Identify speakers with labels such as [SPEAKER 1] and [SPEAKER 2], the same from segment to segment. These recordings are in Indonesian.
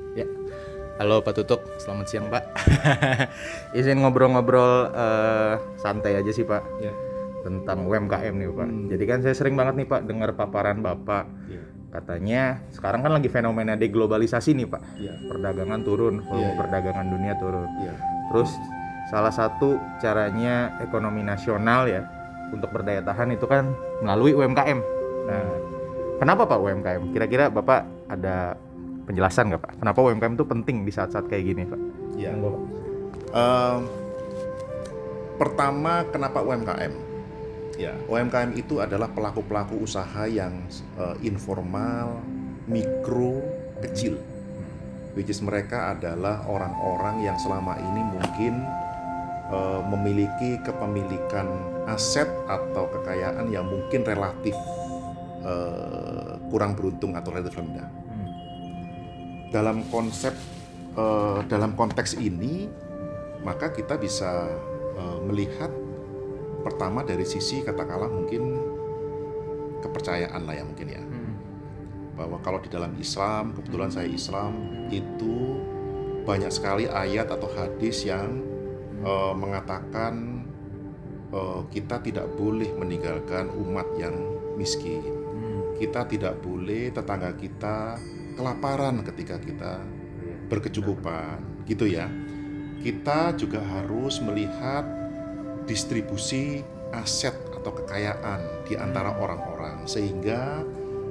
[SPEAKER 1] Ya, halo Pak Tutuk, selamat siang Pak. Izin ngobrol-ngobrol santai aja sih Pak,
[SPEAKER 2] Ya.
[SPEAKER 1] tentang UMKM nih Pak. Jadi kan saya sering banget nih Pak dengar paparan Bapak.
[SPEAKER 2] Ya.
[SPEAKER 1] Katanya sekarang kan lagi fenomena deglobalisasi nih Pak.
[SPEAKER 2] Ya.
[SPEAKER 1] Perdagangan turun, volume
[SPEAKER 2] Ya.
[SPEAKER 1] perdagangan dunia turun.
[SPEAKER 2] Ya.
[SPEAKER 1] Terus salah satu caranya ekonomi nasional ya untuk berdaya tahan itu kan melalui UMKM. Nah, kenapa Pak UMKM? Kira-kira Bapak ada penjelasan nggak Pak? Kenapa UMKM itu penting di saat-saat kayak gini Pak?
[SPEAKER 2] Ya.
[SPEAKER 1] Monggo, Pak.
[SPEAKER 2] Pertama, kenapa UMKM? Ya, UMKM itu adalah pelaku-pelaku usaha yang informal, mikro, kecil. Which is mereka adalah orang-orang yang selama ini mungkin memiliki kepemilikan aset atau kekayaan yang mungkin relatif kurang beruntung atau relatif rendah. Dalam konteks ini, maka kita bisa melihat pertama dari sisi katakanlah mungkin kepercayaan lah ya mungkin ya, bahwa kalau di dalam Islam, kebetulan saya Islam, itu banyak sekali ayat atau hadis yang mengatakan kita tidak boleh meninggalkan umat yang miskin. Kita tidak boleh tetangga kita kelaparan ketika kita berkecukupan, gitu ya. Kita juga harus melihat distribusi aset atau kekayaan di antara orang-orang sehingga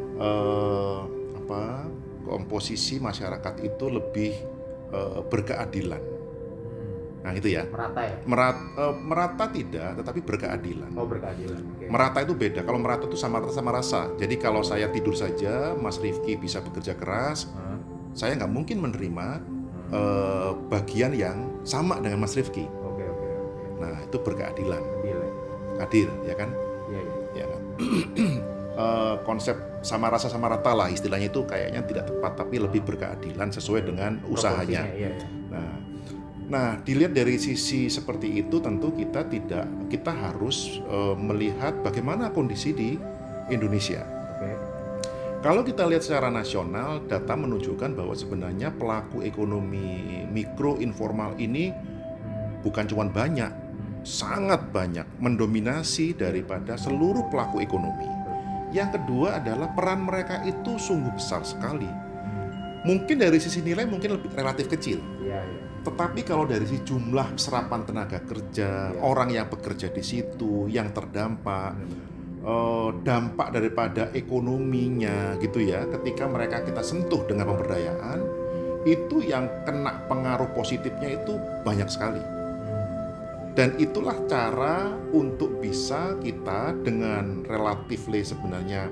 [SPEAKER 2] komposisi masyarakat itu lebih berkeadilan. Nah itu ya.
[SPEAKER 1] Merata ya?
[SPEAKER 2] Merata tidak, tetapi berkeadilan.
[SPEAKER 1] Oh, berkeadilan. Okay.
[SPEAKER 2] Merata itu beda. Kalau merata itu sama rasa. Jadi kalau saya tidur saja, Mas Rifki bisa bekerja keras, saya nggak mungkin menerima bagian yang sama dengan Mas Rifki.
[SPEAKER 1] Oke.
[SPEAKER 2] Nah itu berkeadilan.
[SPEAKER 1] Adil.
[SPEAKER 2] Adil, ya kan?
[SPEAKER 1] Iya.
[SPEAKER 2] Ya kan? Konsep sama rasa sama rata lah istilahnya itu kayaknya tidak tepat, tapi lebih berkeadilan sesuai dengan usahanya.
[SPEAKER 1] Iya.
[SPEAKER 2] Nah, dilihat dari sisi seperti itu tentu kita harus melihat bagaimana kondisi di Indonesia.
[SPEAKER 1] Oke.
[SPEAKER 2] Kalau kita lihat secara nasional, data menunjukkan bahwa sebenarnya pelaku ekonomi mikro informal ini bukan cuma banyak, sangat banyak, mendominasi daripada seluruh pelaku ekonomi. Yang kedua adalah peran mereka itu sungguh besar sekali. Mungkin dari sisi nilai mungkin lebih relatif kecil.
[SPEAKER 1] Iya.
[SPEAKER 2] Tetapi kalau dari sisi jumlah serapan tenaga kerja, orang yang bekerja di situ, yang terdampak, dampak daripada ekonominya gitu ya, ketika mereka kita sentuh dengan pemberdayaan, itu yang kena pengaruh positifnya itu banyak sekali. Dan itulah cara untuk bisa kita dengan relatifly sebenarnya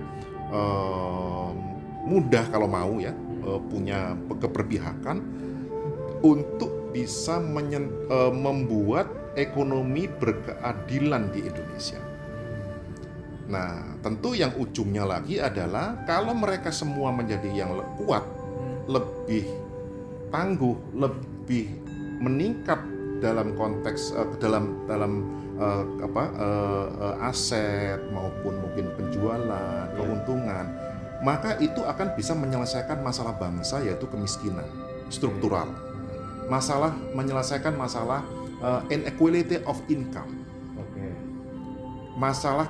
[SPEAKER 2] mudah kalau mau ya, punya keberpihakan untuk bisa membuat ekonomi berkeadilan di Indonesia. Nah, tentu yang ujungnya lagi adalah kalau mereka semua menjadi yang kuat, lebih tangguh, lebih meningkat dalam konteks aset maupun mungkin penjualan, keuntungan, maka itu akan bisa menyelesaikan masalah bangsa yaitu kemiskinan struktural. Menyelesaikan masalah inequality of income. Masalah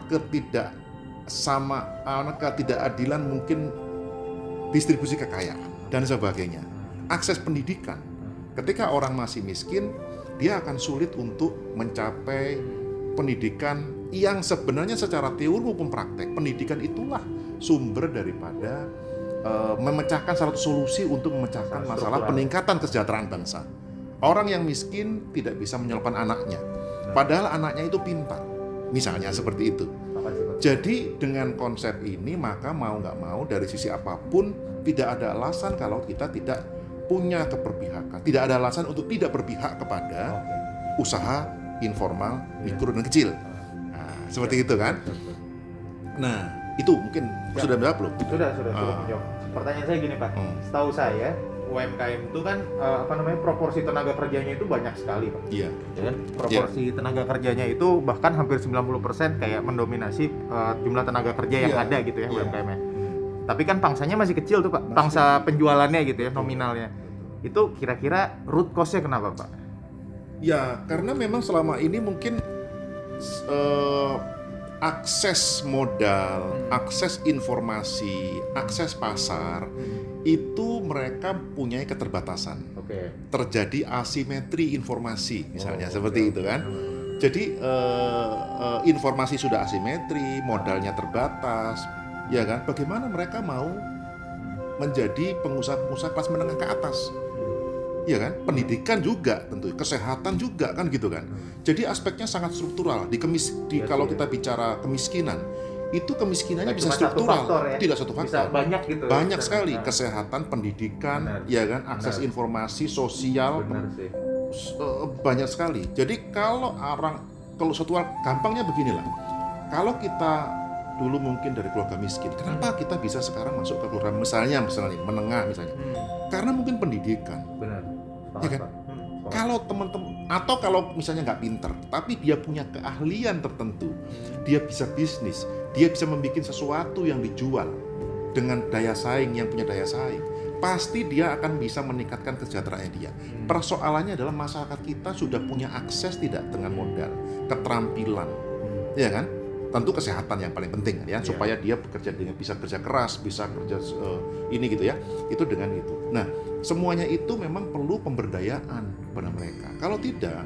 [SPEAKER 2] ketidakadilan mungkin distribusi kekayaan dan sebagainya. Akses pendidikan. Ketika orang masih miskin, dia akan sulit untuk mencapai pendidikan yang sebenarnya secara teori maupun praktek, pendidikan itulah sumber daripada memecahkan satu solusi untuk memecahkan masalah peningkatan kesejahteraan bangsa. Orang yang miskin tidak bisa menyekolahkan anaknya, padahal anaknya itu pintar, misalnya seperti itu. Jadi dengan konsep ini maka mau nggak mau dari sisi apapun tidak ada alasan kalau kita tidak punya keberpihakan, tidak ada alasan untuk tidak berpihak kepada usaha informal, mikro dan kecil. Nah, seperti itu kan? Nah, itu mungkin sudah menjawab belum?
[SPEAKER 1] Sudah menjawab. Pertanyaan saya gini Pak, setahu saya UMKM itu kan proporsi tenaga kerjanya itu banyak sekali Pak.
[SPEAKER 2] Iya.
[SPEAKER 1] Proporsi tenaga kerjanya itu bahkan hampir 90% kayak mendominasi jumlah tenaga kerja yang ada gitu ya UMKM-nya. Tapi kan pangsanya masih kecil tuh Pak, pangsa penjualannya gitu ya, nominalnya. Itu kira-kira root cause-nya kenapa, Pak?
[SPEAKER 2] Ya, karena memang selama ini mungkin akses modal, akses informasi, akses pasar itu mereka punya keterbatasan.
[SPEAKER 1] Oke.
[SPEAKER 2] Terjadi asimetri informasi misalnya seperti itu kan. Jadi informasi sudah asimetri, modalnya terbatas, ya kan? Bagaimana mereka mau menjadi pengusaha-pengusaha kelas menengah ke atas? Ya kan? Pendidikan juga tentu, kesehatan juga kan gitu kan. Jadi aspeknya sangat struktural. Kalau kita bicara kemiskinan, itu kemiskinannya
[SPEAKER 1] Nggak
[SPEAKER 2] bisa
[SPEAKER 1] cuma satu
[SPEAKER 2] struktural,
[SPEAKER 1] faktor ya.
[SPEAKER 2] tidak satu faktor.
[SPEAKER 1] Bisa banyak gitu.
[SPEAKER 2] Banyak
[SPEAKER 1] Bisa.
[SPEAKER 2] sekali, kesehatan, pendidikan,
[SPEAKER 1] Benar.
[SPEAKER 2] ya kan, akses
[SPEAKER 1] Benar.
[SPEAKER 2] informasi, sosial,
[SPEAKER 1] Benar sih.
[SPEAKER 2] banyak sekali. Jadi kalau suatu hal, gampangnya beginilah. Kalau kita dulu mungkin dari keluarga miskin, kenapa kita bisa sekarang masuk ke keluarga misalnya menengah misalnya? Karena mungkin pendidikan.
[SPEAKER 1] Benar.
[SPEAKER 2] Ya kan? Kalau teman-teman atau kalau misalnya nggak pinter, tapi dia punya keahlian tertentu, dia bisa bisnis, dia bisa membuat sesuatu yang dijual dengan daya saing yang punya daya saing, pasti dia akan bisa meningkatkan kesejahteraannya dia. Persoalannya adalah masyarakat kita sudah punya akses tidak dengan modal, keterampilan, ya kan? Tentu kesehatan yang paling penting ya, supaya dia bekerja dengan bisa kerja keras, bisa kerja ini gitu ya, itu dengan itu. Nah, semuanya itu memang perlu pemberdayaan kepada mereka. Kalau tidak,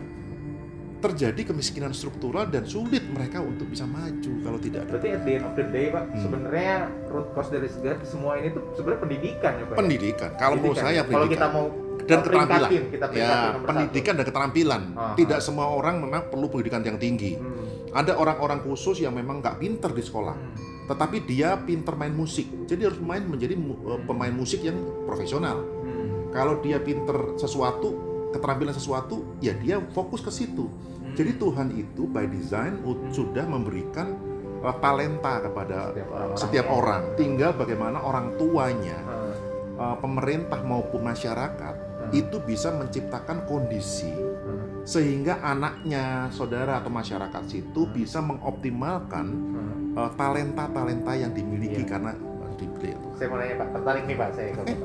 [SPEAKER 2] terjadi kemiskinan struktural dan sulit mereka untuk bisa maju kalau tidak ada.
[SPEAKER 1] Berarti at the end of the day, Pak, sebenarnya root cause dari semua ini tuh sebenarnya pendidikan ya, Pak?
[SPEAKER 2] Pendidikan. Kalau menurut saya
[SPEAKER 1] Kalau kita
[SPEAKER 2] pendidikan
[SPEAKER 1] mau
[SPEAKER 2] dan keterampilan.
[SPEAKER 1] kita
[SPEAKER 2] Ya,
[SPEAKER 1] nomor
[SPEAKER 2] pendidikan dan keterampilan.
[SPEAKER 1] Aha.
[SPEAKER 2] Tidak semua orang memang perlu pendidikan yang tinggi. Ada orang-orang khusus yang memang nggak pinter di sekolah, tetapi dia pinter main musik. Jadi harus menjadi pemain musik yang profesional. Kalau dia pinter sesuatu, keterampilan sesuatu, ya dia fokus ke situ. Jadi Tuhan itu by design sudah memberikan talenta kepada setiap orang. Tinggal bagaimana orang tuanya, pemerintah maupun masyarakat itu bisa menciptakan kondisi sehingga anaknya, saudara atau masyarakat situ bisa mengoptimalkan talenta-talenta yang dimiliki karena dibeli.
[SPEAKER 1] Saya mau nanya, Pak, tertarik nih, Pak, saya ke Bapak.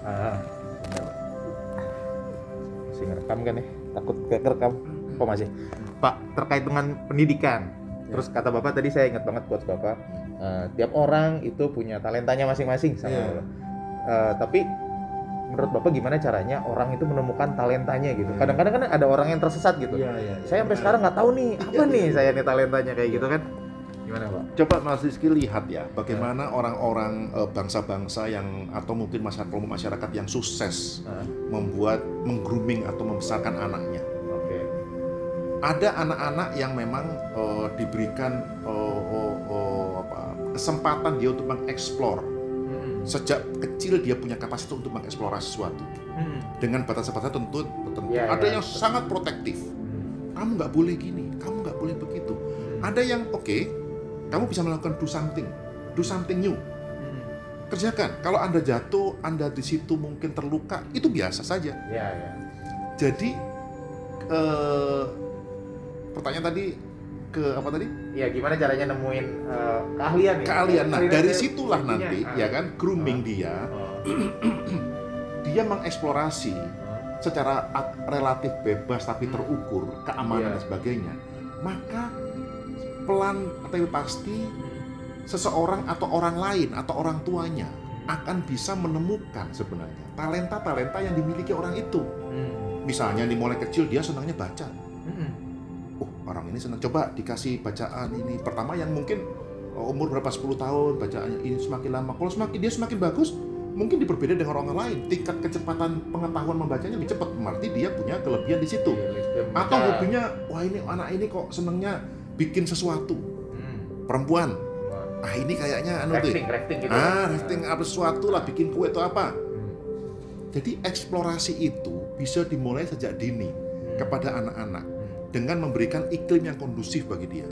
[SPEAKER 1] Masih ngerekam kan ya? Takut gak kerekam. Oh masih. Pak, terkait dengan pendidikan. Terus kata Bapak tadi saya ingat banget quotes Bapak. Tiap orang itu punya talentanya masing-masing sama tapi menurut Bapak gimana caranya orang itu menemukan talentanya gitu? Kadang-kadang kan ada orang yang tersesat gitu. Saya sampai sekarang nggak tahu nih apa nih saya nih talentanya kayak gitu kan? Gimana, Pak?
[SPEAKER 2] Coba Mas Rizky lihat ya, bagaimana orang-orang bangsa-bangsa yang atau mungkin kelompok masyarakat yang sukses menggrooming atau membesarkan anaknya.
[SPEAKER 1] Oke.
[SPEAKER 2] Ada anak-anak yang memang diberikan kesempatan dia untuk mengeksplor. Sejak kecil dia punya kapasitas untuk mengeksplorasi sesuatu dengan batasan-batasan tertentu. Ada yang sangat protektif. Kamu nggak boleh gini, kamu nggak boleh begitu. Ada yang kamu bisa melakukan do something new. Kerjakan. Kalau Anda jatuh, Anda di situ mungkin terluka, itu biasa saja. Jadi pertanyaan tadi apa tadi?
[SPEAKER 1] Ya, gimana caranya nemuin keahlian ya?
[SPEAKER 2] Keahlian. Nah, dari situlah nanti ya kan grooming dia mengeksplorasi secara relatif bebas tapi terukur, keamanan dan sebagainya. Maka pelan tapi pasti seseorang atau orang lain atau orang tuanya akan bisa menemukan sebenarnya talenta-talenta yang dimiliki orang itu. Misalnya mulai kecil dia senangnya baca. Orang ini senang, coba dikasih bacaan ini pertama yang mungkin umur berapa 10 tahun bacaannya ini semakin lama. Kalau dia semakin bagus, mungkin berbeda dengan orang lain. Tingkat kecepatan pengetahuan membacanya lebih cepat. Berarti dia punya kelebihan di situ. Atau hobinya, wah ini anak ini kok senangnya bikin sesuatu. Perempuan. Ini kayaknya
[SPEAKER 1] crafting gitu.
[SPEAKER 2] Crafting apa sesuatu lah, bikin kue atau apa. Jadi eksplorasi itu bisa dimulai sejak dini kepada anak-anak dengan memberikan iklim yang kondusif bagi dia.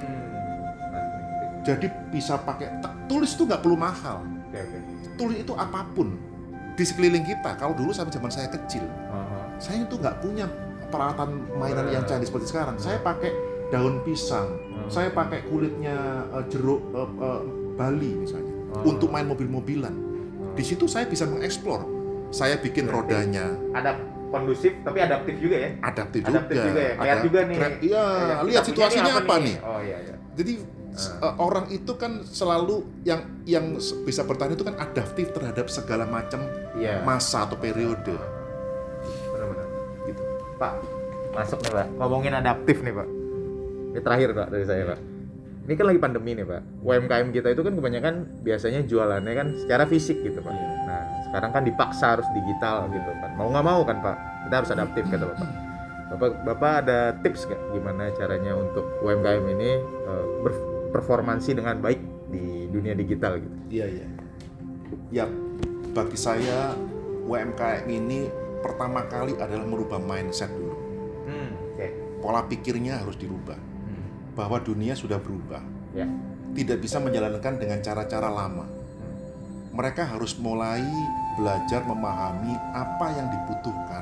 [SPEAKER 2] Jadi bisa pakai tulis itu nggak perlu mahal. Tulis itu apapun di sekeliling kita. Kalau dulu sampai zaman saya kecil, saya itu nggak punya peralatan mainan yang canggih seperti sekarang. Saya pakai daun pisang, saya pakai kulitnya jeruk Bali misalnya untuk main mobil-mobilan. Di situ saya bisa mengeksplor saya bikin rodanya
[SPEAKER 1] kondusif tapi adaptif juga ya.
[SPEAKER 2] adaptif
[SPEAKER 1] Adaptif juga ya. Lihat
[SPEAKER 2] Ada
[SPEAKER 1] juga nih.
[SPEAKER 2] iya,
[SPEAKER 1] Yang
[SPEAKER 2] lihat
[SPEAKER 1] kita punya
[SPEAKER 2] situasinya apa nih.
[SPEAKER 1] Oh iya iya.
[SPEAKER 2] Jadi orang itu kan selalu yang bisa bertahan itu kan adaptif terhadap segala macam
[SPEAKER 1] Iya.
[SPEAKER 2] masa atau periode.
[SPEAKER 1] Benar-benar.
[SPEAKER 2] Gitu.
[SPEAKER 1] Pak, masuk nih Pak. Ngomongin adaptif nih Pak. Ini terakhir Pak dari saya Pak. Ini kan lagi pandemi nih Pak. UMKM kita itu kan kebanyakan biasanya jualannya kan secara fisik gitu Pak. Nah sekarang kan dipaksa harus digital gitu kan. Mau nggak mau kan Pak. Kita harus adaptif kata Bapak. Bapak ada tips nggak gimana caranya untuk UMKM ini berperformansi dengan baik di dunia digital gitu?
[SPEAKER 2] Iya. Ya, bagi saya UMKM ini pertama kali adalah merubah mindset dulu.
[SPEAKER 1] Oke.
[SPEAKER 2] Pola pikirnya harus dirubah. Bahwa dunia sudah berubah.
[SPEAKER 1] Ya.
[SPEAKER 2] Tidak bisa menjalankan dengan cara-cara lama. Mereka harus mulai belajar memahami apa yang dibutuhkan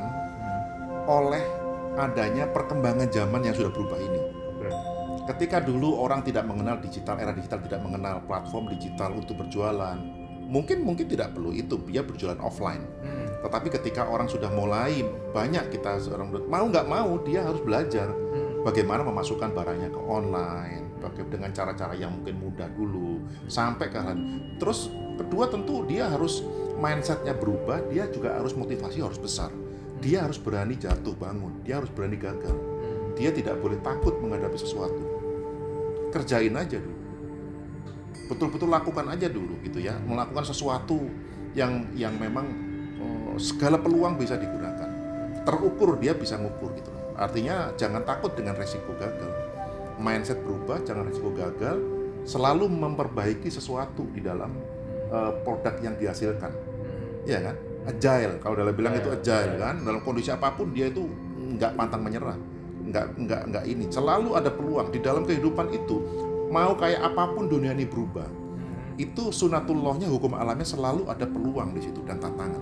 [SPEAKER 2] oleh adanya perkembangan zaman yang sudah berubah ini. Ketika dulu orang tidak mengenal digital, era digital tidak mengenal platform digital untuk berjualan, mungkin tidak perlu itu, dia berjualan offline. Tetapi ketika orang sudah mulai banyak kita seorang mau nggak mau dia harus belajar bagaimana memasukkan barangnya ke online, dengan cara-cara yang mungkin mudah dulu sampai ke terus kedua tentu dia harus mindsetnya berubah, dia juga harus motivasi harus besar. Dia harus berani jatuh bangun, dia harus berani gagal. Dia tidak boleh takut menghadapi sesuatu. Kerjain aja dulu. Betul-betul lakukan aja dulu gitu ya. Melakukan sesuatu yang memang segala peluang bisa digunakan. Terukur, dia bisa ngukur gitu. Artinya jangan takut dengan resiko gagal. Mindset berubah, jangan resiko gagal. Selalu memperbaiki sesuatu di dalam produk yang dihasilkan. Iya kan? Agile, kalau dalam bilang itu agile kan, dalam kondisi apapun dia itu nggak pantang menyerah, nggak ini, selalu ada peluang di dalam kehidupan itu. Mau kayak apapun dunia ini berubah, itu sunatullahnya, hukum alamnya selalu ada peluang di situ dan tantangan.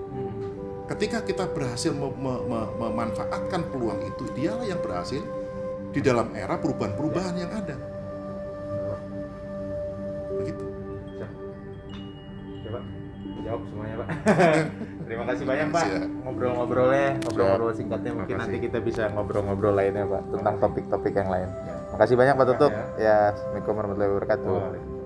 [SPEAKER 2] Ketika kita berhasil memanfaatkan peluang itu, dialah yang berhasil di dalam era perubahan-perubahan yang ada. Begitu.
[SPEAKER 1] Coba jawab semuanya Pak. Terima kasih banyak Pak ngobrol singkatnya, mungkin nanti kita bisa ngobrol-ngobrol lainnya Pak tentang topik-topik yang lain. Makasih banyak Pak Tutup. Ya, Assalamualaikum warahmatullahi wabarakatuh.